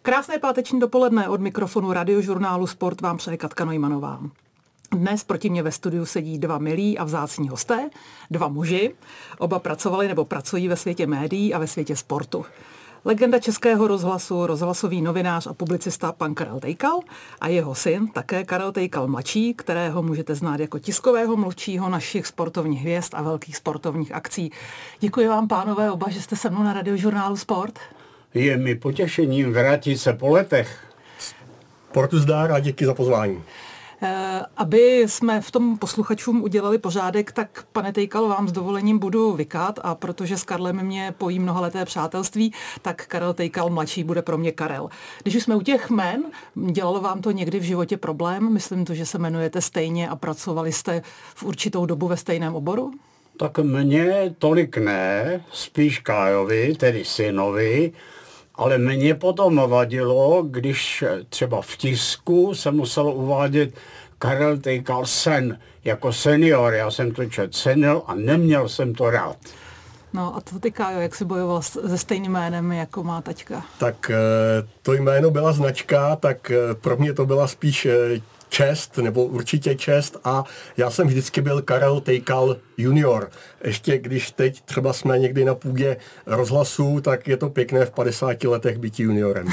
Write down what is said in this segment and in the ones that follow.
Krásné páteční dopoledne od mikrofonu Radiožurnálu Sport vám přeje Katka Neumannová. Dnes proti mě ve studiu sedí dva milí a vzácní hosté, dva muži. Oba pracovali nebo pracují ve světě médií a ve světě sportu. Legenda Českého rozhlasu, rozhlasový novinář a publicista pan Karel Tejkal a jeho syn, také Karel Tejkal mladší, kterého můžete znát jako tiskového mluvčího našich sportovních hvězd a velkých sportovních akcí. Děkuji vám, pánové, oba, že jste se mnou na Radiožurnálu Sport. Je mi potěšením vrátit se po letech. Sportu zdár a díky za pozvání. Aby jsme v tom posluchačům udělali pořádek, tak pane Tejkal, vám s dovolením budu vykát a protože s Karlem mě pojí mnohaleté přátelství, tak Karel Tejkal mladší bude pro mě Karel. Když už jsme u těch jmen, dělalo vám to někdy v životě problém? Myslím to, že se jmenujete stejně a pracovali jste v určitou dobu ve stejném oboru? Tak mně tolik ne, spíš Kájovi, tedy synovi, ale mě potom vadilo, když třeba v tisku se muselo uvádět Karel Tejkal sen jako senior. Já jsem to četl senior a neměl jsem to rád. No a to ty, Kájo, jak jsi bojoval se stejným jménem, jako má taťka? Tak to jméno byla značka, tak pro mě to byla spíš čest, nebo určitě čest a já jsem vždycky byl Karel Tejkal junior. Ještě když teď třeba jsme někdy na půdě rozhlasu, tak je to pěkné v 50 letech být juniorem.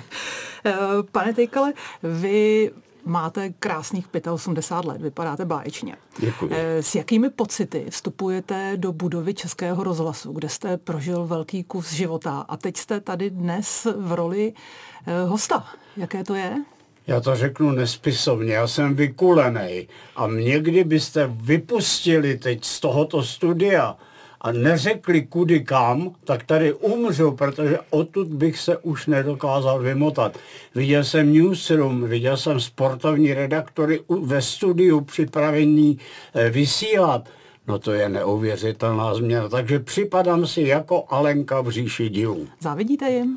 Pane Tejkale, vy máte krásných 85 let, vypadáte báječně. Děkuji. S jakými pocity vstupujete do budovy Českého rozhlasu, kde jste prožil velký kus života a teď jste tady dnes v roli hosta? Jaké to je? Já to řeknu nespisovně, já jsem vykulenej a mě kdybyste vypustili teď z tohoto studia a neřekli kudy kam, tak tady umřu, protože odtud bych se už nedokázal vymotat. Viděl jsem newsroom, viděl jsem sportovní redaktory ve studiu připravení vysílat. No to je neuvěřitelná změna, takže připadám si jako Alenka v říši divů. Závidíte jim?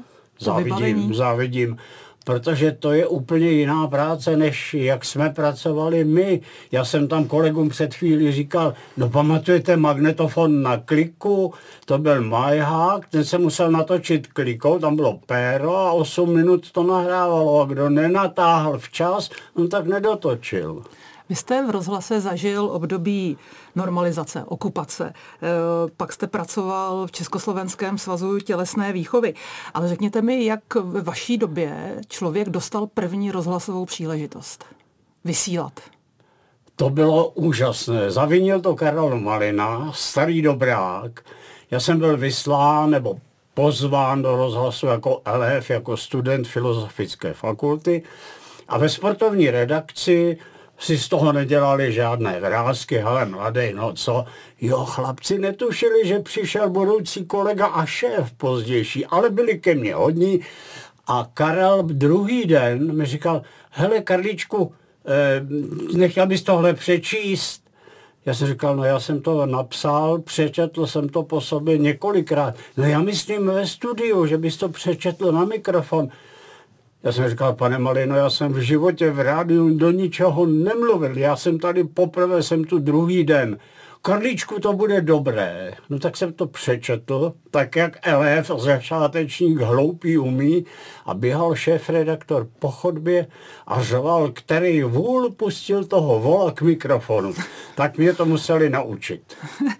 Závidím. Protože to je úplně jiná práce, než jak jsme pracovali my. Já jsem tam kolegům před chvílí říkal, no pamatujete magnetofon na kliku, to byl majhák, ten se musel natočit klikou, tam bylo péro a 8 minut to nahrávalo a kdo nenatáhl včas, on tak nedotočil. Vy jste v rozhlase zažil období normalizace, okupace, pak jste pracoval v Československém svazu tělesné výchovy. Ale řekněte mi, jak ve vaší době člověk dostal první rozhlasovou příležitost vysílat? To bylo úžasné. Zavinil to Karel Malina, starý dobrák. Já jsem byl vyslán nebo pozván do rozhlasu jako elef, jako student Filozofické fakulty a ve sportovní redakci si z toho nedělali žádné vrásky, hele mladej, no co, jo, chlapci netušili, že přišel budoucí kolega a šéf pozdější, ale byli ke mně hodní a Karel druhý den mi říkal, hele Karličku, nechtěl bys tohle přečíst? Já jsem říkal, no já jsem to napsal, přečetl jsem to po sobě několikrát, no já myslím ve studiu, že bys to přečetl na mikrofon. Já jsem říkal, pane Malino, já jsem v životě v rádiu do ničeho nemluvil. Já jsem tady poprvé, jsem tu druhý den. Karličku, to bude dobré. No tak jsem to přečetl, tak jak elef, začátečník hloupý umí a běhal šéfredaktor po chodbě a řval, který vůl pustil toho vola k mikrofonu. Tak mě to museli naučit.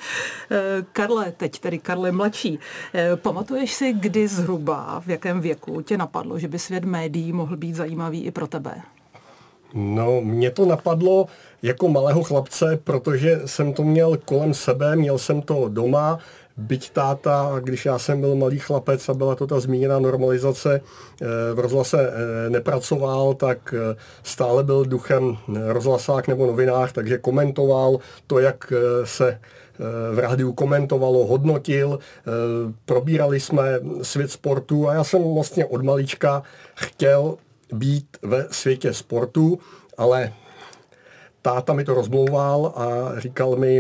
Karle, teď tedy Karle mladší, pamatuješ si, kdy zhruba, v jakém věku tě napadlo, že by svět médií mohl být zajímavý i pro tebe? No, mě to napadlo jako malého chlapce, protože jsem to měl kolem sebe, měl jsem to doma, byť táta, když já jsem byl malý chlapec a byla to ta zmíněná normalizace, v rozhlase nepracoval, tak stále byl duchem rozhlasák nebo novinář, takže komentoval to, jak se v rádiu komentovalo, hodnotil, probírali jsme svět sportu a já jsem vlastně od malička chtěl být ve světě sportu, ale táta mi to rozmlouval a říkal mi,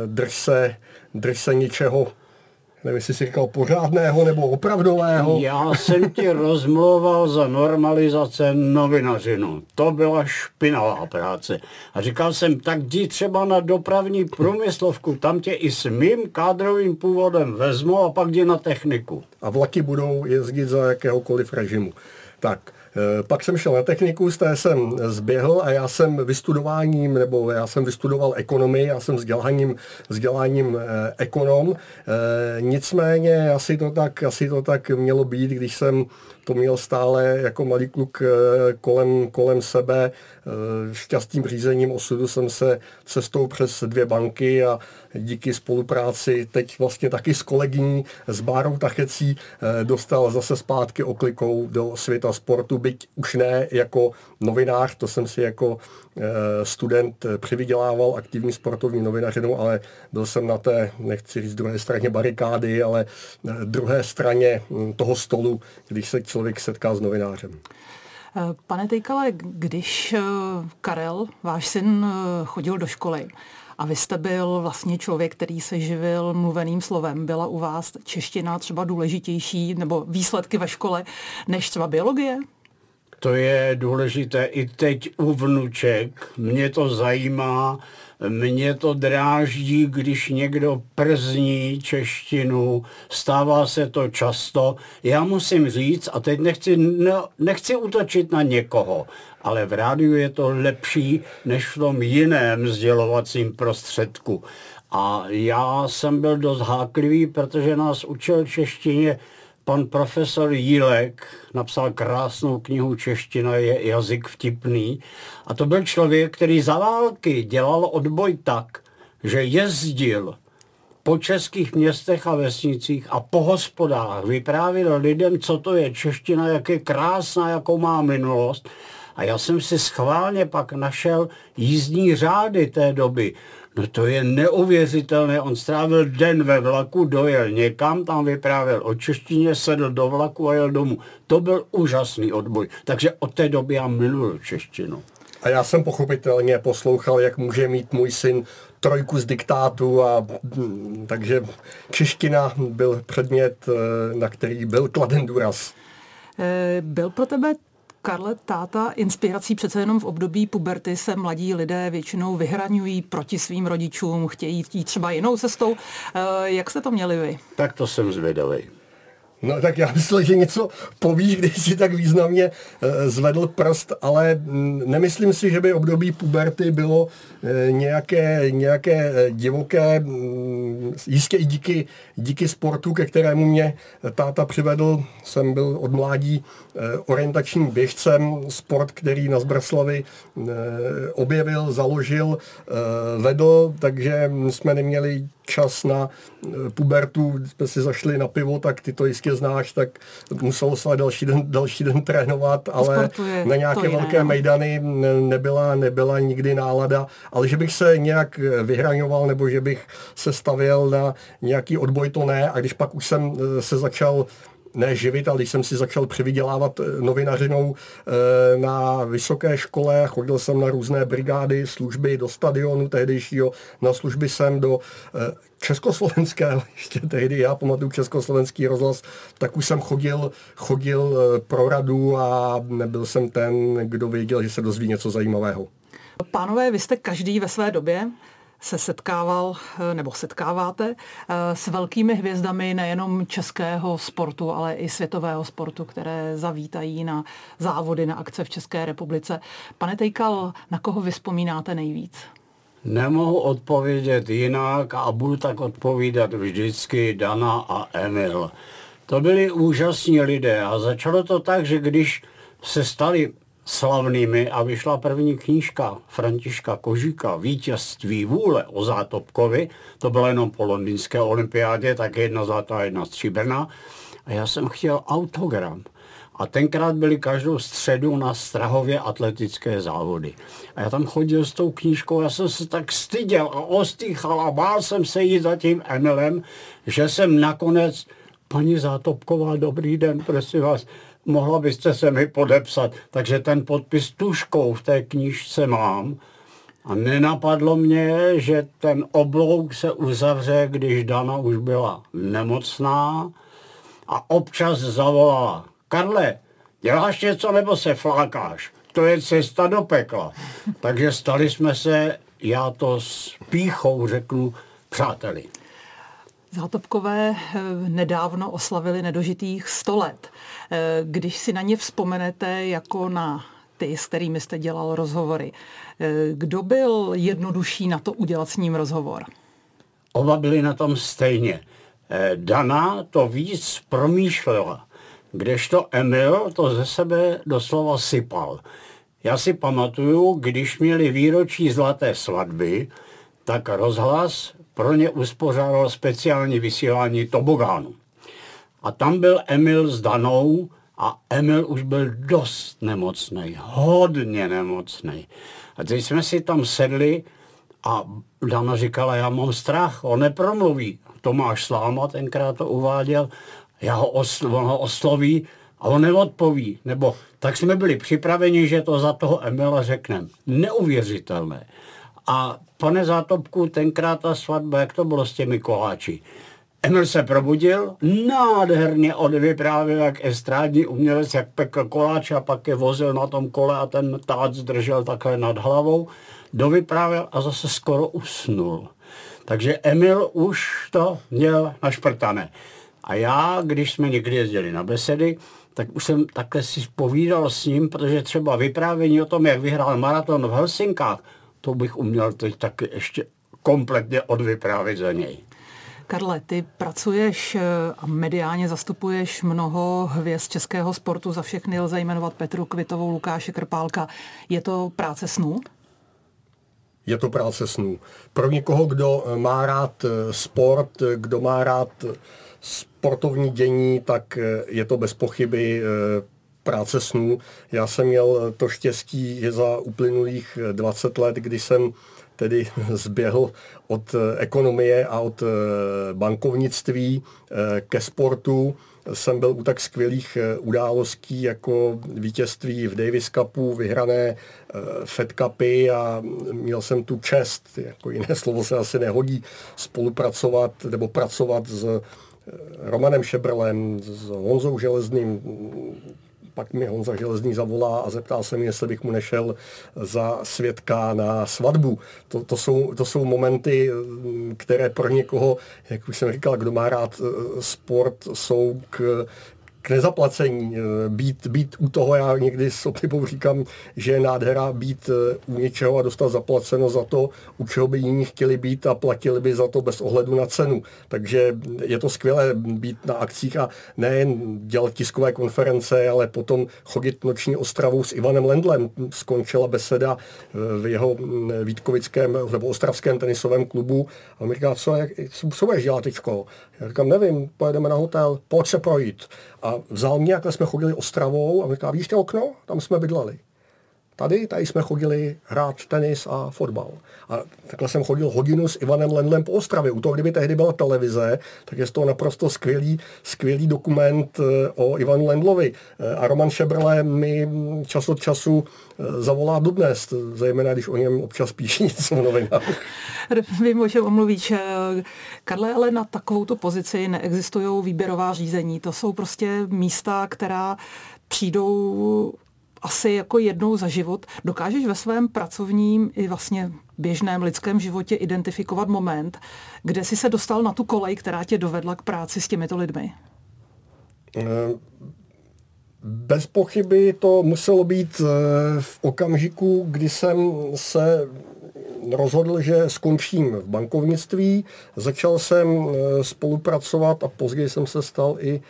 drž se něčeho, nevím, jestli jsi říkal pořádného nebo opravdového. Já jsem ti rozmlouval za normalizace novinařinu. To byla špinavá práce. A říkal jsem, tak jdi třeba na dopravní průmyslovku, tam tě i s mým kádrovým původem vezmu a pak jdi na techniku. A vlaky budou jezdit za jakéhokoliv režimu. Tak, pak jsem šel na techniku, z té jsem zběhl a já jsem vystudoval ekonomii, já jsem vzděláním ekonom. Nicméně asi to tak mělo být, když jsem to měl stále jako malý kluk kolem sebe. Šťastným řízením osudu jsem se cestou přes 2 banky a díky spolupráci teď vlastně taky s kolegyní, s Bárou Tachecí, dostal zase zpátky oklikou do světa sportu, byť už ne jako novinář, to jsem si jako student přivydělával aktivní sportovní novinařinou, ale byl jsem na té, nechci říct druhé straně barikády, ale druhé straně toho stolu, když se člověk setká s novinářem. Pane Tejkale, když Karel, váš syn, chodil do školy a vy jste byl vlastně člověk, který se živil mluveným slovem, byla u vás čeština třeba důležitější nebo výsledky ve škole než třeba biologie? To je důležité i teď u vnuček. Mě to zajímá, mě to dráždí, když někdo przní češtinu, stává se to často. Já musím říct, a teď nechci útočit na někoho, ale v rádiu je to lepší než v tom jiném sdělovacím prostředku. A já jsem byl dost háklivý, protože nás učil češtině pan profesor Jílek, napsal krásnou knihu Čeština je jazyk vtipný. A to byl člověk, který za války dělal odboj tak, že jezdil po českých městech a vesnicích a po hospodách vyprávěl lidem, co to je čeština, jak je krásná, jakou má minulost. A já jsem si schválně pak našel jízdní řády té doby. No to je neuvěřitelné, on strávil den ve vlaku, dojel někam, tam vyprávěl o češtině, sedl do vlaku a jel domů. To byl úžasný odboj, takže od té doby já miluju češtinu. A já jsem pochopitelně poslouchal, jak může mít můj syn 3 z diktátu, a takže čeština byl předmět, na který byl kladen důraz. Byl pro tebe, Karle, táta inspirací? Přece jenom v období puberty se mladí lidé většinou vyhraňují proti svým rodičům, chtějí jít třeba jinou cestou. Jak jste to měli vy? Tak to jsem zvědavý. No tak já myslel, že něco povíš, když si tak významně zvedl prst, ale nemyslím si, že by období puberty bylo nějaké divoké, jistě i díky sportu, ke kterému mě táta přivedl. Jsem byl od mládí orientačním běžcem, sport, který na Zbraslavi objevil, založil, vedl, takže jsme neměli čas na pubertu, jsme si zašli na pivo, tak ty to jistě znáš, tak muselo se další den trénovat, ale na nějaké velké mejdany nebyla nikdy nálada, ale že bych se nějak vyhraňoval nebo že bych se stavěl na nějaký odboj, to ne. A když pak už jsem se začal živit, ale když jsem si začal přivydělávat novinařinou na vysoké škole, chodil jsem na různé brigády, služby do stadionu tehdejšího, na služby jsem do československého, ještě tehdy já pamatuju Československý rozhlas, tak už jsem chodil pro radu a nebyl jsem ten, kdo věděl, že se dozví něco zajímavého. Pánové, vy jste každý ve své době se setkával nebo setkáváte s velkými hvězdami nejenom českého sportu, ale i světového sportu, které zavítají na závody, na akce v České republice. Pane Tejkal, na koho vy vzpomínáte nejvíc? Nemohu odpovědět jinak a budu tak odpovídat vždycky Dana a Emil. To byli úžasní lidé a začalo to tak, že když se stali slavnými a vyšla první knížka Františka Kožíka Vítězství vůle o Zátopkovi, to bylo jenom po londýnské olympiádě, tak 1 zlatá, 1 stříbrná, a já jsem chtěl autogram. A tenkrát byly každou středu na Strahově atletické závody. A já tam chodil s tou knížkou, já jsem se tak styděl a ostýchal a bál jsem se jít za tím Emilem, že jsem nakonec, paní Zátopková, dobrý den, prosím vás, mohla byste se mi podepsat. Takže ten podpis tužkou v té knížce mám. A nenapadlo mě, že ten oblouk se uzavře, když Dana už byla nemocná a občas zavolala: Karle, děláš něco nebo se flákáš? To je cesta do pekla. Takže stali jsme se, já to s pýchou řeknu, přáteli. Zátopkové nedávno oslavili nedožitých 100 let. Když si na ně vzpomenete jako na ty, s kterými jste dělal rozhovory, kdo byl jednodušší na to udělat s ním rozhovor? Oba byli na tom stejně. Dana to víc promýšlela, kdežto Emil to ze sebe doslova sypal. Já si pamatuju, když měli výročí zlaté svatby, tak rozhlas pro ně uspořádal speciální vysílání tobogánu. A tam byl Emil s Danou a Emil už byl dost nemocnej, hodně nemocnej. A teď jsme si tam sedli a Dana říkala, já mám strach, on nepromluví. Tomáš Sláma tenkrát to uváděl, on ho osloví a on neodpoví. Nebo tak jsme byli připraveni, že to za toho Emila řekneme. Neuvěřitelné. A pane Zátopku, tenkrát ta svatba, jak to bylo s těmi koláči? Emil se probudil, nádherně odvyprávěl, jak estrádní umělec, jak pekl koláč a pak je vozil na tom kole a ten tác držel takhle nad hlavou, dovyprávěl a zase skoro usnul. Takže Emil už to měl našprtané. A já, když jsme někdy jezdili na besedy, tak už jsem takhle si povídal s ním, protože třeba vyprávění o tom, jak vyhrál maraton v Helsinkách, to bych uměl teď taky ještě kompletně odvyprávět za něj. Karle, ty pracuješ a mediálně zastupuješ mnoho hvězd českého sportu, za všechny lze jmenovat Petru Kvitovou, Lukáše Krpálka. Je to práce snů? Je to práce snů. Pro někoho, kdo má rád sport, kdo má rád sportovní dění, tak je to bez pochyby práce snů. Já jsem měl to štěstí, že za uplynulých 20 let, kdy jsem tedy zběhl od ekonomie a od bankovnictví ke sportu, jsem byl u tak skvělých událostí jako vítězství v Davis Cupu, vyhrané Fed Cupy a měl jsem tu čest, jako jiné slovo se asi nehodí, spolupracovat nebo pracovat s Romanem Šebrlem, s Honzou Železným. Pak mi Honza Železný zavolá a zeptal se mě, jestli bych mu nešel za svědka na svatbu. To jsou momenty, které pro někoho, jak už jsem říkal, kdo má rád sport, jsou k nezaplacení. Být u toho, já někdy s oblibou říkám, že je nádhera být u něčeho a dostat zaplaceno za to, u čeho by jiní chtěli být a platili by za to bez ohledu na cenu. Takže je to skvělé být na akcích a nejen dělat tiskové konference, ale potom chodit noční Ostravou s Ivanem Lendlem. Skončila beseda v jeho vítkovickém nebo ostravském tenisovém klubu a on mi říká, co budeš dělat teďko? Já říkám, nevím, pojedeme na hotel, pojď se projít. A vzal mě, jakhle jsme chodili Ostravou a mi říká, vidíš to okno? Tam jsme bydleli. Tady jsme chodili hrát tenis a fotbal. A takhle jsem chodil hodinu s Ivanem Lendlem po Ostravě. U toho, kdyby tehdy byla televize, tak je to naprosto skvělý dokument o Ivanu Lendlovi. A Roman Šebrle mi čas od času zavolá dodnes, zejména když o něm občas píší něco v novinách. Vím, o čem omluvíš. Karle, ale na takovouto pozici neexistují výběrová řízení. To jsou prostě místa, která přijdou asi jako jednou za život. Dokážeš ve svém pracovním i vlastně běžném lidském životě identifikovat moment, kde jsi se dostal na tu kolej, která tě dovedla k práci s těmito lidmi? Bez pochyby to muselo být v okamžiku, kdy jsem se rozhodl, že skončím v bankovnictví. Začal jsem spolupracovat a později jsem se stal i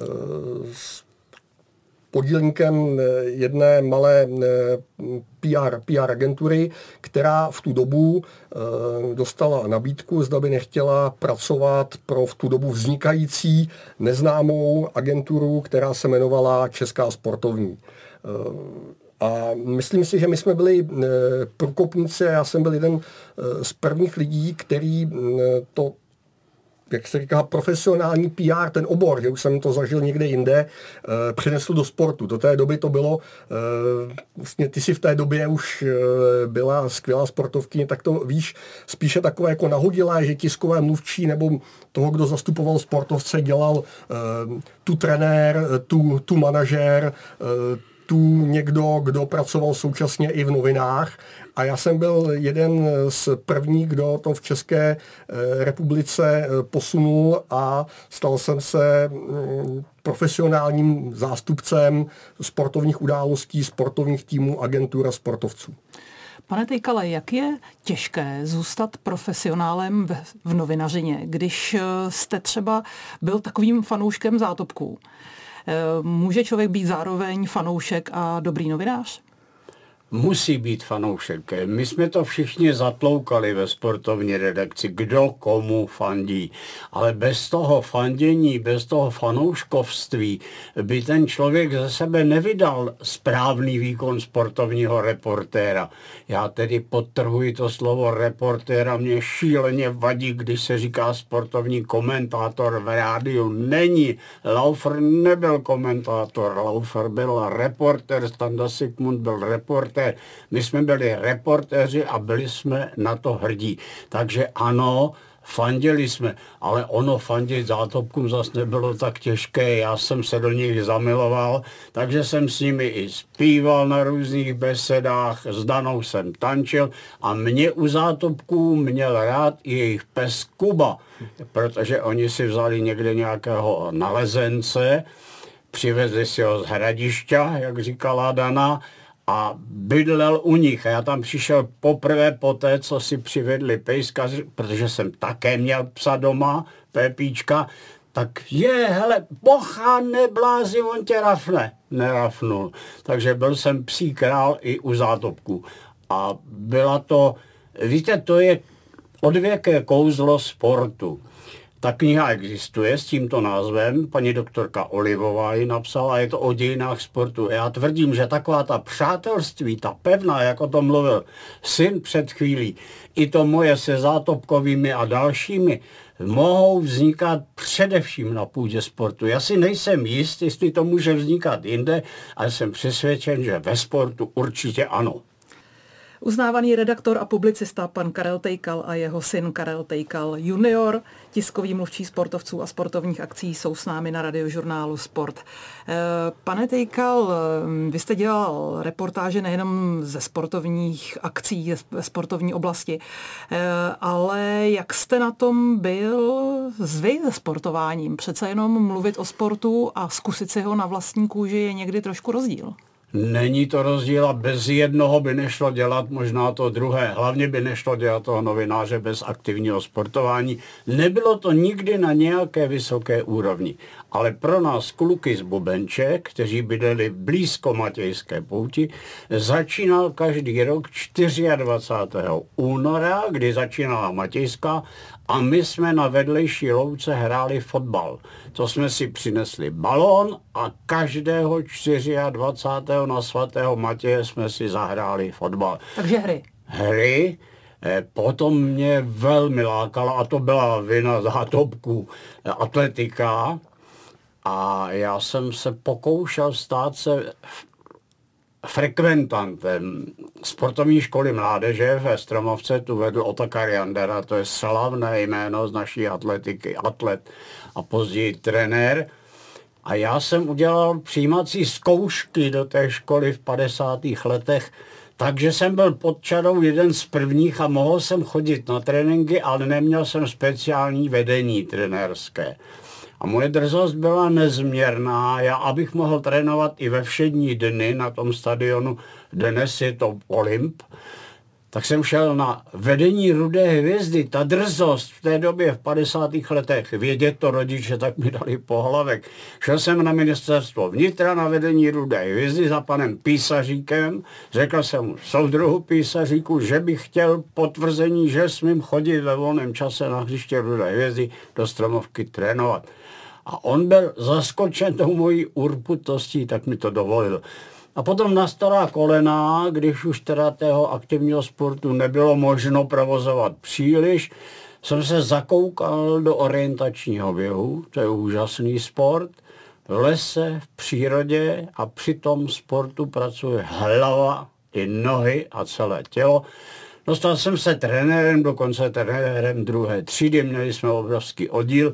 podílníkem jedné malé PR agentury, která v tu dobu dostala nabídku, zda by nechtěla pracovat pro v tu dobu vznikající neznámou agenturu, která se jmenovala Česká sportovní. A myslím si, že my jsme byli průkopníci a já jsem byl jeden z prvních lidí, který to, jak se říká, profesionální PR, ten obor, že už jsem to zažil někde jinde, přinesl do sportu. Do té doby to bylo, vlastně ty si v té době už byla skvělá sportovkyně, tak to víš, spíše takové jako nahodilé, že tiskové mluvčí nebo toho, kdo zastupoval sportovce, dělal tu trenér, tu manažér, sportu někdo, kdo pracoval současně i v novinách. A já jsem byl jeden z prvních, kdo to v České republice posunul a stal jsem se profesionálním zástupcem sportovních událostí, sportovních týmů, agentur a sportovců. Pane Tejkale, jak je těžké zůstat profesionálem v novinařině, když jste třeba byl takovým fanouškem zátopků? Může člověk být zároveň fanoušek a dobrý novinář? Musí být fanoušek. My jsme to všichni zatloukali ve sportovní redakci, kdo komu fandí. Ale bez toho fandění, bez toho fanouškovství by ten člověk ze sebe nevydal správný výkon sportovního reportéra. Já tedy podtrhuji to slovo reportéra, mě šíleně vadí, když se říká sportovní komentátor v rádiu. Není. Laufer nebyl komentátor, Laufer byl reportér, Standa Sigmund byl reportér. My jsme byli reportéři a byli jsme na to hrdí. Takže ano, fandili jsme, ale ono fandit zátopkům zase nebylo tak těžké. Já jsem se do nich zamiloval, takže jsem s nimi i zpíval na různých besedách, s Danou jsem tančil a mě u zátopků měl rád i jejich pes Kuba, protože oni si vzali někde nějakého nalezence, přivezli si ho z Hradišťa, jak říkala Dana, a bydlel u nich. A já tam přišel poprvé poté, co si přivedli pejska, protože jsem také měl psa doma, Pepíčka, tak hele, bocha, neblázi, on tě rafne. Nerafnul. Takže byl jsem psí král i u zátopků. A byla to, víte, to je odvěké kouzlo sportu. Ta kniha existuje s tímto názvem, paní doktorka Olivová ji napsala, je to o dějinách sportu. Já tvrdím, že taková ta přátelství, ta pevná, jak o tom mluvil syn před chvílí, i to moje se Zátopkovými a dalšími, mohou vznikat především na půdě sportu. Já si nejsem jist, jestli to může vznikat jinde, ale jsem přesvědčen, že ve sportu určitě ano. Uznávaný redaktor a publicista pan Karel Tejkal a jeho syn Karel Tejkal junior, tiskový mluvčí sportovců a sportovních akcí, jsou s námi na Radiožurnálu Sport. Pane Tejkal, vy jste dělal reportáže nejenom ze sportovních akcí, ze sportovní oblasti, ale jak jste na tom byl vy se sportováním? Přece jenom mluvit o sportu a zkusit si ho na vlastní kůži je někdy trošku rozdíl. Není to rozdíl a bez jednoho by nešlo dělat možná to druhé. Hlavně by nešlo dělat toho novináře bez aktivního sportování. Nebylo to nikdy na nějaké vysoké úrovni. Ale pro nás kluky z Bubenče, kteří bydleli blízko Matějské pouti, začínal každý rok 24. února, kdy začínala Matějská, a my jsme na vedlejší louce hráli fotbal. To jsme si přinesli balón a každého 24. na svatého Matěje jsme si zahráli fotbal. Takže hry. Potom mě velmi lákala, a to byla vina Zátopků, atletika. A já jsem se pokoušel stát se frekventantem sportovní školy mládeže ve Stromovce, tu vedl Otakar Jandera, to je slavné jméno z naší atletiky, atlet a později trenér. A já jsem udělal přijímací zkoušky do té školy v 50. letech, takže jsem byl pod čarou jeden z prvních a mohl jsem chodit na tréninky, ale neměl jsem speciální vedení trenérské. A moje drzost byla nezměrná. Já, abych mohl trénovat i ve všední dny na tom stadionu, dnes je to Olymp, tak jsem šel na vedení Rudé hvězdy. Ta drzost v té době v 50. letech, vědět to rodiče, tak mi dali pohlavek. Šel jsem na ministerstvo vnitra na vedení Rudé hvězdy za panem Písaříkem. Řekl jsem mu soudruhu Písaříku, že bych chtěl potvrzení, že smím chodit ve volném čase na hřiště Rudé hvězdy do Stromovky trénovat. A on byl zaskočen tou mojí urputostí, tak mi to dovolil. A potom na stará kolena, když už teda tého aktivního sportu nebylo možno provozovat příliš, jsem se zakoukal do orientačního běhu, to je úžasný sport, v lese, v přírodě, a při tom sportu pracuje hlava i nohy a celé tělo. Dostal jsem se trenérem, dokonce trenérem druhé třídy, měli jsme obrovský oddíl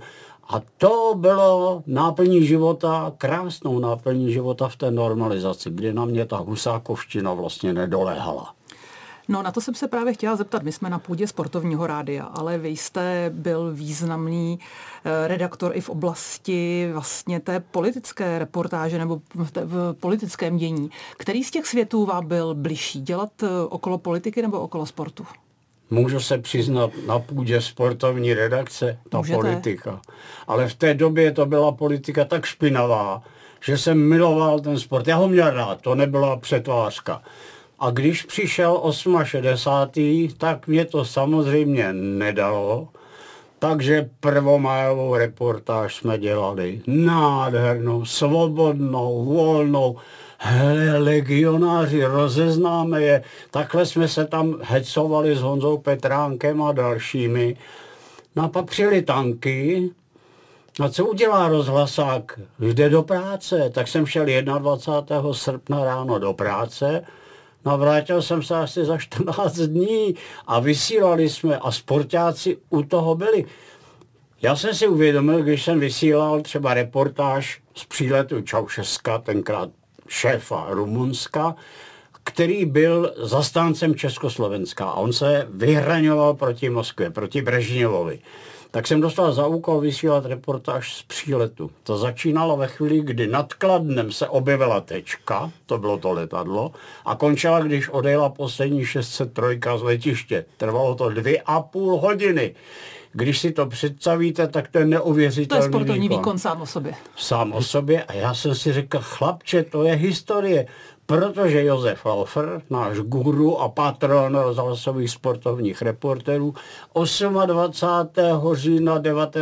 A to bylo náplní života, krásnou náplní života v té normalizaci, kdy na mě ta husákovština vlastně nedoléhala. No, na to jsem se právě chtěla zeptat. My jsme na půdě sportovního rádia, ale vy jste byl významný redaktor i v oblasti vlastně té politické reportáže nebo v politickém dění. Který z těch světů vám byl bližší? Dělat okolo politiky nebo okolo sportu? Můžu se přiznat, na půdě sportovní redakce, ta Můžete. politika. Ale v té době to byla politika tak špinavá, že jsem miloval ten sport. Já ho měl rád, to nebyla přetvářka. A když přišel 68., tak mě to samozřejmě nedalo. Takže prvomajovou reportáž jsme dělali. Nádhernou, svobodnou, volnou. Hele, legionáři, rozeznáme je. Takhle jsme se tam hecovali s Honzou Petránkem a dalšími. No a pak přijeli tanky. A co udělá rozhlasák? Jde do práce. Tak jsem šel 21. srpna ráno do práce. No, vrátil jsem se asi za 14 dní a vysílali jsme a sportáci u toho byli. Já jsem si uvědomil, když jsem vysílal třeba reportáž z příletu Čaušeska, tenkrát šéfa Rumunska, který byl zastáncem Československa a on se vyhraňoval proti Moskvě, proti Brežněvovi. Tak jsem dostal za úkol vysílat reportáž z příletu. To začínalo ve chvíli, kdy nad Kladnem se objevila tečka, to bylo to letadlo, a končila, když odjela poslední 603 z letiště. Trvalo to 2,5 hodiny. Když si to představíte, tak to je neuvěřitelný výkon. To je sportovní výkon sám o sobě. Sám o sobě a já jsem si řekl, chlapče, to je historie. Protože Josef Laufer, náš guru a patron rozhlasových sportovních reporterů, 28. října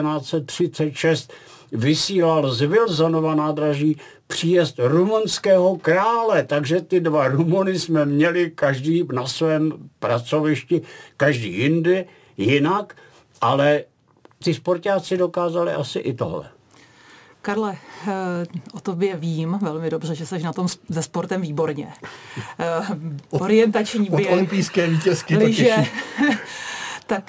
1936 vysílal z Wilsonova nádraží příjezd rumunského krále, takže ty dva Rumuny jsme měli každý na svém pracovišti, každý jinde, jinak, ale ty sportáci dokázali asi i tohle. Karle, o tobě vím velmi dobře, že jsi na tom se sportem výborně. Orientační běh, od olympijské vítězky lyže. Tak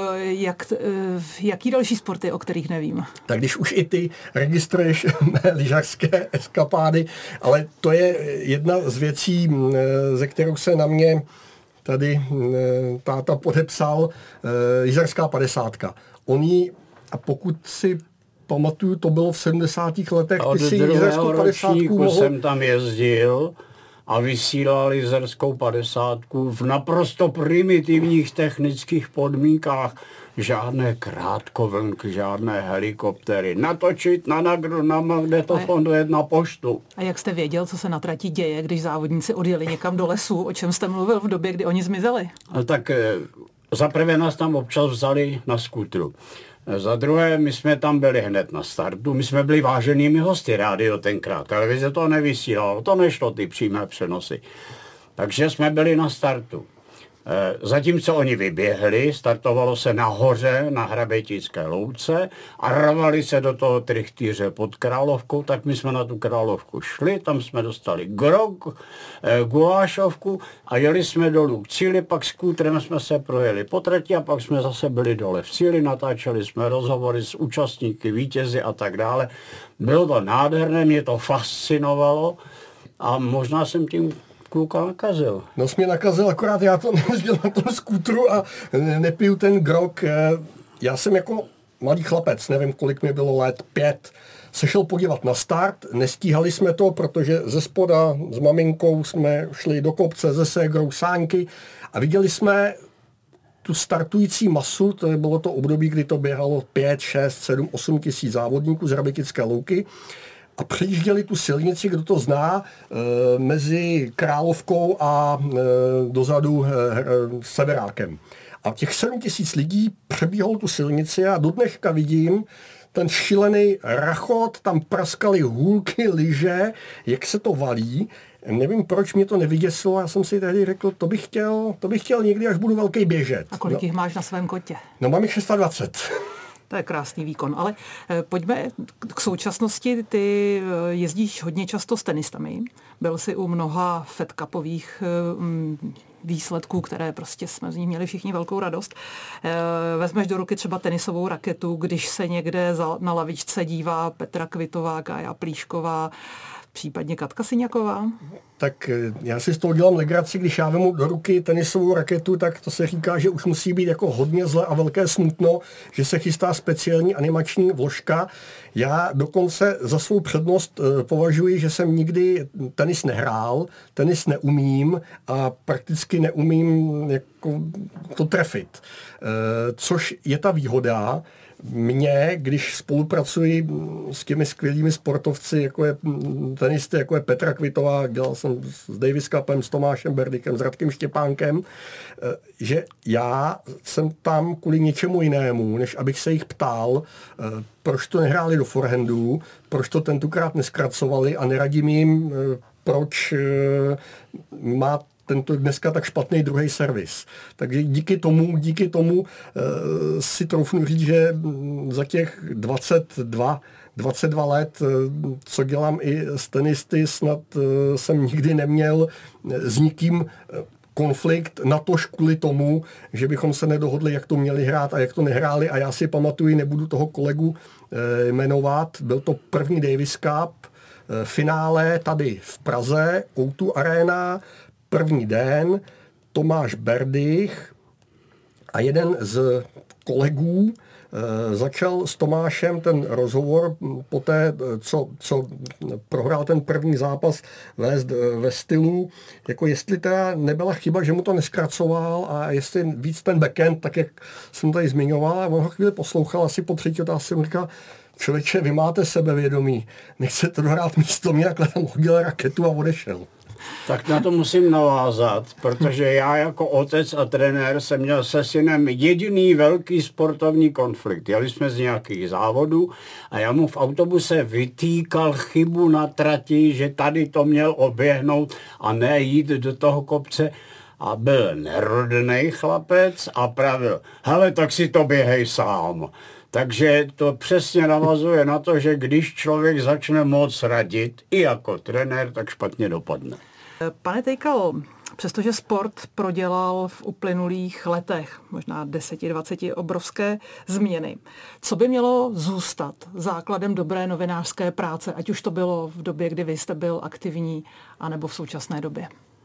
jaký další sporty, o kterých nevím? Tak když už i ty registruješ mé lyžařské eskapády, ale to je jedna z věcí, ze kterou se na mě tady táta podepsal, lyžařská 50. Oni, a pokud si pamatuju, to bylo v 70. letech, ty si lyžařskou 50 jsem tam jezdil a vysílal lyžařskou 50 v naprosto primitivních technických podmínkách. Žádné krátkovlnky, žádné helikoptery. Natočit na Nagru, na magnetofon, dojet na poštu. A jak jste věděl, co se na trati děje, když závodníci odjeli někam do lesu? O čem jste mluvil v době, kdy oni zmizeli? Tak zaprvé nás tam občas vzali na skútru. Za druhé, my jsme tam byli hned na startu, my jsme byli váženými hosty rádio tenkrát, televize to nevysílalo, to nešlo ty přímé přenosy. Takže jsme byli na startu. Zatímco oni vyběhli, startovalo se nahoře na Hrabětické louce a rvali se do toho trichtýře pod Královkou, tak my jsme na tu Královku šli, tam jsme dostali grog, gulášovku a jeli jsme dolů k cíli, pak skútrem jsme se projeli po trati a pak jsme zase byli dole v cíli, natáčeli jsme rozhovory s účastníky, vítězi a tak dále. Bylo to nádherné, mě to fascinovalo a možná jsem tím kluka nakazil. No jsi mě nakazil, akorát já to nejezdil na tom skútru a nepiju ten grog. Já jsem jako malý chlapec, nevím, kolik mi bylo let, 5, se šel podívat na start, nestíhali jsme to, protože ze spoda s maminkou jsme šli do kopce ze ségrou sáňky a viděli jsme tu startující masu, to bylo to období, kdy to běhalo 5, 6, 7, 8 tisíc závodníků z Hrabětické louky a přejížděli tu silnici, kdo to zná, mezi Královkou a dozadu Severákem. A těch 7 tisíc lidí přebíhalo tu silnici a do dneška vidím ten šílený rachot, tam praskaly hůlky, lyže, jak se to valí. Nevím, proč mě to nevyděsilo, já jsem si tehdy řekl, to bych chtěl někdy, až budu velký běžet. A kolik jich máš na svém kotě? No mám jich 620. To je krásný výkon, ale pojďme k současnosti. Ty jezdíš hodně často s tenistami. Byl jsi u mnoha Fed Cupových výsledků, které prostě jsme z nich měli všichni velkou radost. Vezmeš do ruky třeba tenisovou raketu, když se někde na lavičce dívá Petra Kvitová, Kája Plíšková, případně Katka Syňaková? Tak já si z toho dělám legraci, když já vemu do ruky tenisovou raketu, tak to se říká, že už musí být jako hodně zle a velké smutno, že se chystá speciální animační vložka. Já dokonce za svou přednost považuji, že jsem nikdy tenis nehrál, tenis neumím a prakticky neumím jako to trefit. Což je ta výhoda. Mně, když spolupracuji s těmi skvělými sportovci, jako je tenisty, jako je Petra Kvitová, dělal jsem s Davis Cupem, s Tomášem Berdykem, s Radkem Štěpánkem, že já jsem tam kvůli něčemu jinému, než abych se jich ptal, proč to nehráli do forehandu, proč to tentokrát neskracovali a neradím jim, proč má tento dneska tak špatný druhý servis. Takže díky tomu si troufnu říct, že za těch 22 let, co dělám i s tenisty, snad jsem nikdy neměl s nikým konflikt, natož kvůli tomu, že bychom se nedohodli, jak to měli hrát a jak to nehráli. A já si pamatuju, nebudu toho kolegu jmenovat, byl to první Davis Cup, finále tady v Praze, O2 Arena, první den, Tomáš Berdych a jeden z kolegů začal s Tomášem ten rozhovor poté, co prohrál ten první zápas, vést ve stylu, jako jestli teda nebyla chyba, že mu to neskracoval a jestli víc ten backhand, tak jak jsem tady zmiňoval, a on ho chvíli poslouchal, asi po třetí otázce mu říkal, člověče, vy máte sebevědomí, nechcete dohrát místo mě, takhle tam hodil raketu a odešel. Tak na to musím navázat, protože já jako otec a trenér jsem měl se synem jediný velký sportovní konflikt. Jeli jsme z nějakých závodů a já mu v autobuse vytýkal chybu na trati, že tady to měl oběhnout a ne jít do toho kopce. A byl nerodnej chlapec a pravil, hele, tak si to běhej sám. Takže to přesně navazuje na to, že když člověk začne moc radit, i jako trenér, tak špatně dopadne. Pane Tejkal, přestože sport prodělal v uplynulých letech, možná 10-20 obrovské změny, co by mělo zůstat základem dobré novinářské práce, ať už to bylo v době, kdy vy jste byl aktivní, anebo v současné době?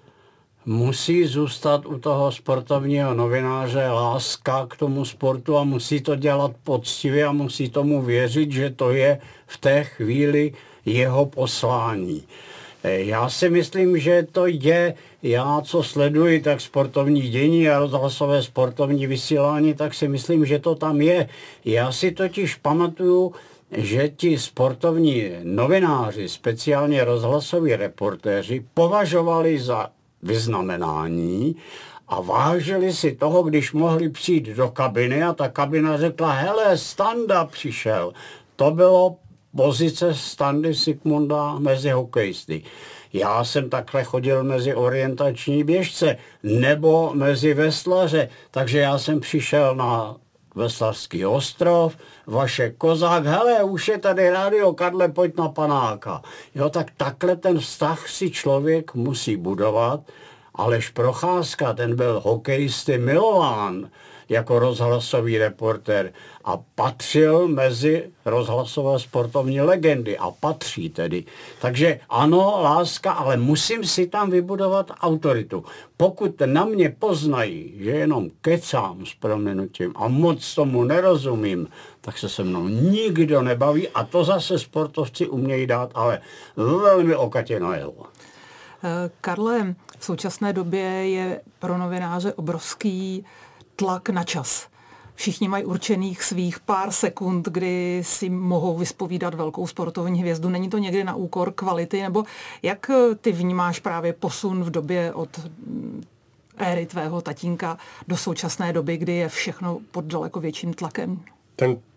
Musí zůstat u toho sportovního novináře láska k tomu sportu a musí to dělat poctivě a musí tomu věřit, že to je v té chvíli jeho poslání. Já si myslím, že to je, já co sleduji, tak sportovní dění a rozhlasové sportovní vysílání, tak si myslím, že to tam je. Já si totiž pamatuju, že ti sportovní novináři, speciálně rozhlasoví reportéři, považovali za vyznamenání a vážili si toho, když mohli přijít do kabiny a ta kabina řekla, hele, Standa přišel. To bylo pozice Standy Sigmunda mezi hokejisty. Já jsem takhle chodil mezi orientační běžce nebo mezi veslaře, takže já jsem přišel na Veslařský ostrov, Vašek Kozák, hele, už je tady rádio, Karle, pojď na panáka. Jo, tak takhle ten vztah si člověk musí budovat. Aleš Procházka, ten byl hokejisty milován jako rozhlasový reportér a patřil mezi rozhlasové sportovní legendy a patří tedy. Takže ano, láska, ale musím si tam vybudovat autoritu. Pokud na mě poznají, že jenom kecám s prominutím a moc tomu nerozumím, tak se mnou nikdo nebaví a to zase sportovci umějí dát, ale velmi okatě na jeho. Karle, v současné době je pro novináře obrovský tlak na čas. Všichni mají určených svých pár sekund, kdy si mohou vyspovídat velkou sportovní hvězdu. Není to někdy na úkor kvality? Nebo jak ty vnímáš právě posun v době od éry tvého tatínka do současné doby, kdy je všechno pod daleko větším tlakem? Ten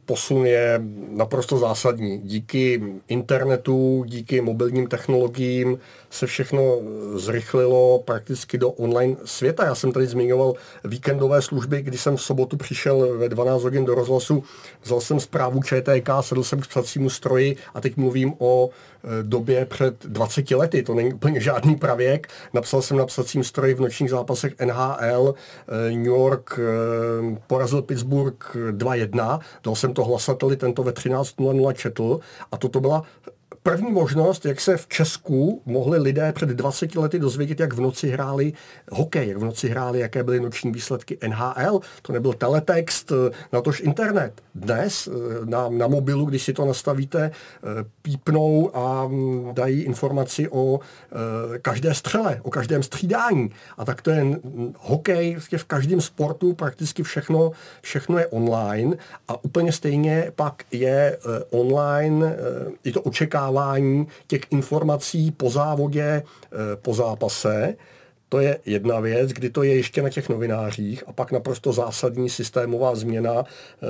posun je naprosto zásadní. Díky internetu, díky mobilním technologiím se všechno zrychlilo prakticky do online světa. Já jsem tady zmiňoval víkendové služby, kdy jsem v sobotu přišel ve 12 hodin do rozhlasu, vzal jsem zprávu ČTK, sedl jsem k psacímu stroji a teď mluvím o době před 20 lety, to není úplně žádný pravěk. Napsal jsem na psacím stroji v nočních zápasech NHL, New York porazil Pittsburgh 2-1, dal jsem to hlasateli, tento ve 13:00 četl a toto byla první možnost, jak se v Česku mohli lidé před 20 lety dozvědět, jak v noci hráli hokej, jak v noci hráli, jaké byly noční výsledky NHL. To nebyl teletext, natož internet. Dnes na mobilu, když si to nastavíte, pípnou a dají informaci o každé střele, o každém střídání. A tak to je hokej, v každém sportu prakticky všechno je online a úplně stejně pak je online i to očekávání těch informací po závodě, po zápase. To je jedna věc, kdy to je ještě na těch novinářích a pak naprosto zásadní systémová změna,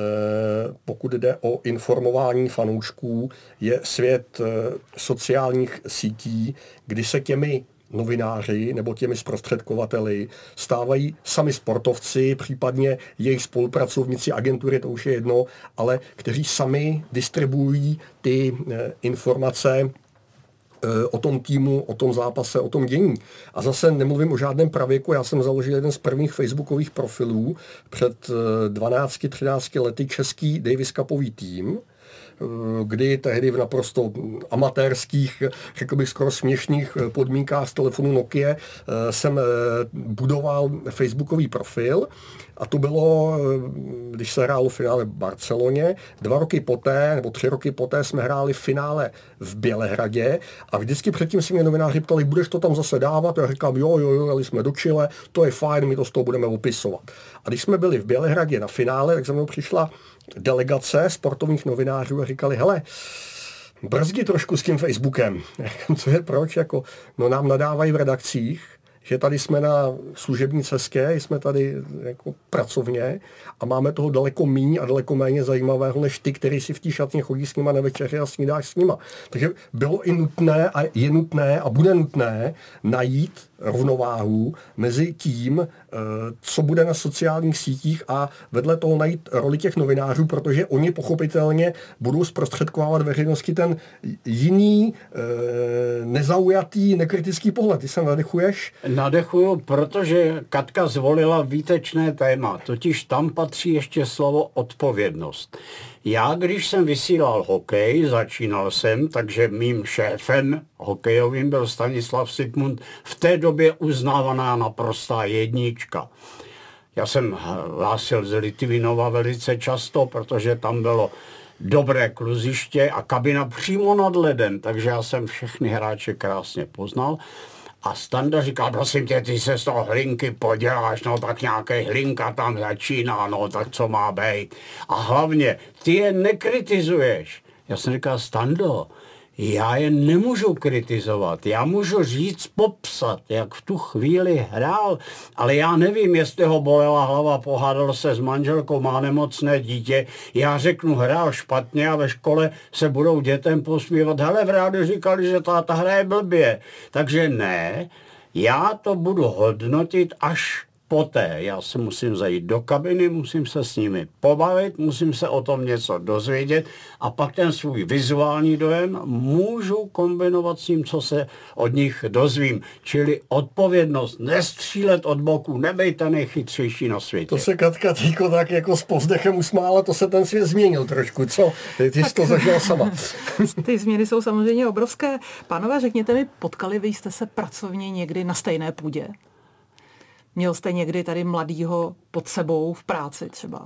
pokud jde o informování fanoušků, je svět sociálních sítí, kdy se těmi novináři nebo těmi zprostředkovateli stávají sami sportovci, případně jejich spolupracovníci, agentury, to už je jedno, ale kteří sami distribuují ty informace o tom týmu, o tom zápase, o tom dění. A zase nemluvím o žádném pravěku, já jsem založil jeden z prvních facebookových profilů před 12-13 lety český Davis Cupový tým, kdy tehdy v naprosto amatérských, řekl bych skoro směšných podmínkách z telefonu Nokia jsem budoval facebookový profil a to bylo, když se hrálo v finále v Barceloně, 2 roky poté, nebo 3 roky poté jsme hráli v finále v Bělehradě a vždycky předtím si mě novináři ptali, budeš to tam zase dávat? Já říkám, jo, jeli jsme do Chile, to je fajn, my to z toho budeme opisovat. A když jsme byli v Bělehradě na finále, tak za mnou přišla delegace sportovních novinářů a říkali, hele, brzdi trošku s tím Facebookem. Co je proč? No nám nadávají v redakcích, že tady jsme na služební cestě, jsme tady jako pracovně a máme toho daleko míň a daleko méně zajímavého, než ty, který si v té šatně chodí s nima na večeři a snídáš s nima. Takže bylo i nutné a je nutné a bude nutné najít rovnováhu mezi tím, co bude na sociálních sítích a vedle toho najít roli těch novinářů, protože oni pochopitelně budou zprostředkovávat veřejnosti ten jiný, nezaujatý, nekritický pohled. Ty se nadechuješ? Nadechuju, protože Katka zvolila výtečné téma, totiž tam patří ještě slovo odpovědnost. Já, když jsem vysílal hokej, začínal jsem, takže mým šéfem hokejovým byl Stanislav Sigmund, v té době uznávaná naprostá jednička. Já jsem hlásil z Litvinova velice často, protože tam bylo dobré kluziště a kabina přímo nad ledem, takže já jsem všechny hráče krásně poznal. A Standa říká, prosím tě, ty se z toho hlinky poděláš, no tak nějaký hlinka tam začíná, no tak co má být. A hlavně, ty je nekritizuješ. Já jsem říkal, Stando, já je nemůžu kritizovat, já můžu říct, popsat, jak v tu chvíli hrál, ale já nevím, jestli ho bolela hlava, pohádal se s manželkou, má nemocné dítě, já řeknu, hrál špatně a ve škole se budou dětem posmívat, hele, v rádiu říkali, že táta hraje blbě, takže ne, já to budu hodnotit až poté. Já se musím zajít do kabiny, musím se s nimi pobavit, musím se o tom něco dozvědět a pak ten svůj vizuální dojem můžu kombinovat s tím, co se od nich dozvím. Čili odpovědnost, nestřílet od boku, nebejte nejchytřejší na světě. To se Katka týko tak jako s povzdechem usmála, to se ten svět změnil trošku, co? Ty jsi to zažila sama. Ty změny jsou samozřejmě obrovské. Pánové, řekněte mi, potkali vy jste se pracovně někdy na stejné půdě? Měl jste někdy tady mladýho pod sebou v práci třeba?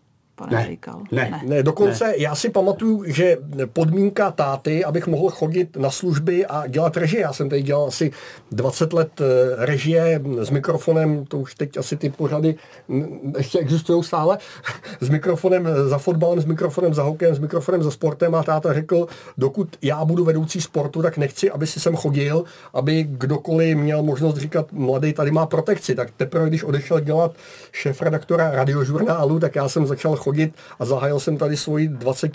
Ne, dokonce já si pamatuju, že podmínka táty, abych mohl chodit na služby a dělat režie. Já jsem tady dělal asi 20 let režie s mikrofonem, to už teď asi ty pořady ještě existují stále, s mikrofonem za fotbalem, s mikrofonem za hokejem, s mikrofonem za sportem a táta řekl, dokud já budu vedoucí sportu, tak nechci, aby si sem chodil, aby kdokoliv měl možnost říkat, mladý tady má protekci. Tak teprve, když odešel dělat šéfredaktora Radiožurnálu, tak já jsem začal chodit a zahájil jsem tady svoji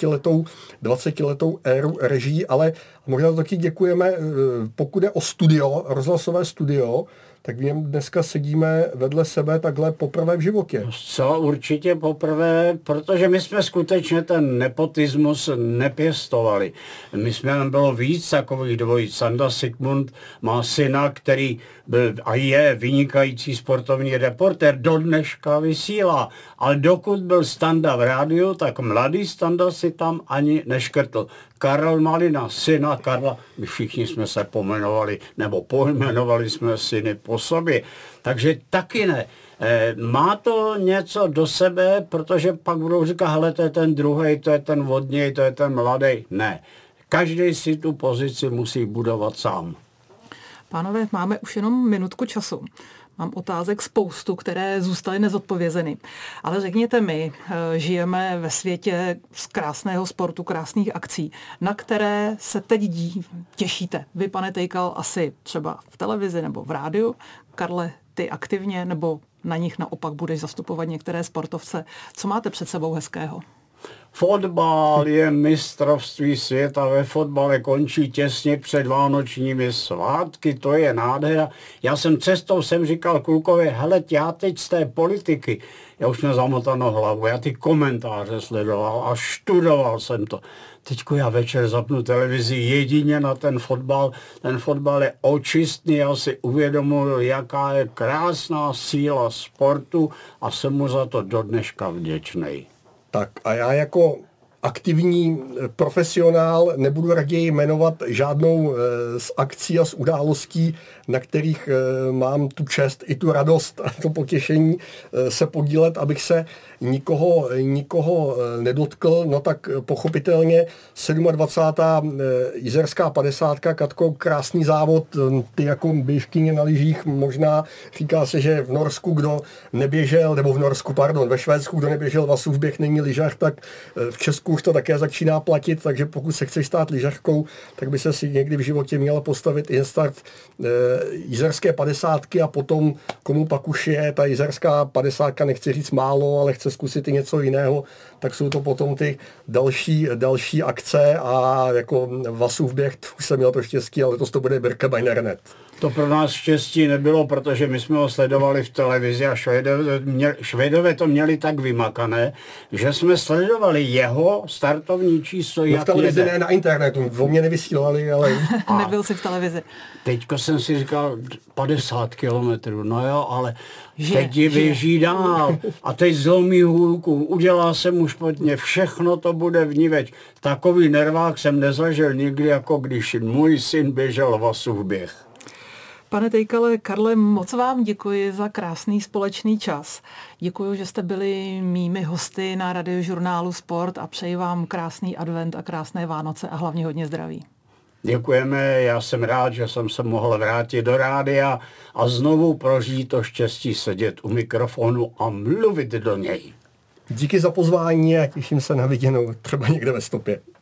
20letou éru režií, ale možná taky děkujeme, pokud je o studio, rozhlasové studio, tak v něm dneska sedíme vedle sebe takhle poprvé v životě. Zcela určitě poprvé, protože my jsme skutečně ten nepotismus nepěstovali. My jsme, bylo víc takových dvojic. Sanda Sigmund má syna, který byl a je vynikající sportovní reportér, do dneška vysílá. Ale dokud byl Standa v rádiu, tak mladý Standa si tam ani neškrtl. Karel Malina, syna Karla, my všichni jsme se pomenovali, nebo pojmenovali jsme syny po sobě. Takže taky ne. Má to něco do sebe, protože pak budou říkat, hele, to je ten druhej, to je ten od něj, to je ten mladý. Ne. Každý si tu pozici musí budovat sám. Pánové, máme už jenom minutku času. Mám otázek spoustu, které zůstaly nezodpovězeny. Ale řekněte mi, žijeme ve světě z krásného sportu, krásných akcí, na které se teď těšíte. Vy, pane Tejkal, asi třeba v televizi nebo v rádiu. Karle, ty aktivně, nebo na nich naopak budeš zastupovat některé sportovce. Co máte před sebou hezkého? Fotbal je mistrovství světa, ve fotbale končí těsně před vánočními svátky, to je nádhera. Já jsem cestou říkal klukovi, hele, já teď z té politiky, já už měl zamotanou hlavu, já ty komentáře sledoval a študoval jsem to. Teďko já večer zapnu televizi jedině na ten fotbal je očistný, já si uvědomuji, jaká je krásná síla sportu a jsem mu za to do dneška vděčnej. Tak a já jako aktivní profesionál nebudu raději jmenovat žádnou z akcí a z událostí, na kterých mám tu čest i tu radost a to potěšení se podílet, abych se nikoho nedotkl. No tak pochopitelně 27. jizerská 50. Katko, krásný závod, ty jako běžkyně na lyžích, možná říká se, že v Norsku, kdo neběžel, nebo ve Švédsku, kdo neběžel Vasůvběh, není lyžař, tak v Česku už to také začíná platit, takže pokud se chceš stát lyžařkou, tak by se si někdy v životě měla postavit instart jizerské 50 a potom, komu pak už je ta jizerská 50, nechci říct málo, ale chce zkusit i něco jiného, tak jsou to potom ty další akce a jako Vasůvběh, už jsem měl to štěstí, ale letos to bude Birkebeiner. To pro nás štěstí nebylo, protože my jsme ho sledovali v televizi a Švédové to měli tak vymakané, že jsme sledovali jeho startovní číslo, jak v televizi ne, na internetu, o mě nevysílali, ale... Nebyl jsi v televizi. Teďko jsem si říkal 50 kilometrů, no jo, ale teď ji běží dál a teď zlomí hůlku, udělá se mu špatně, všechno to bude vniveč. Takový nervák jsem nezažil nikdy, jako když můj syn běžel Vasůvběh. Pane Tejkale, Karle, moc vám děkuji za krásný společný čas. Děkuji, že jste byli mými hosty na Radiožurnálu Sport a přeji vám krásný advent a krásné Vánoce a hlavně hodně zdraví. Děkujeme, já jsem rád, že jsem se mohl vrátit do rádia a znovu prožít to štěstí sedět u mikrofonu a mluvit do něj. Díky za pozvání a těším se na viděnou třeba někde ve stopě.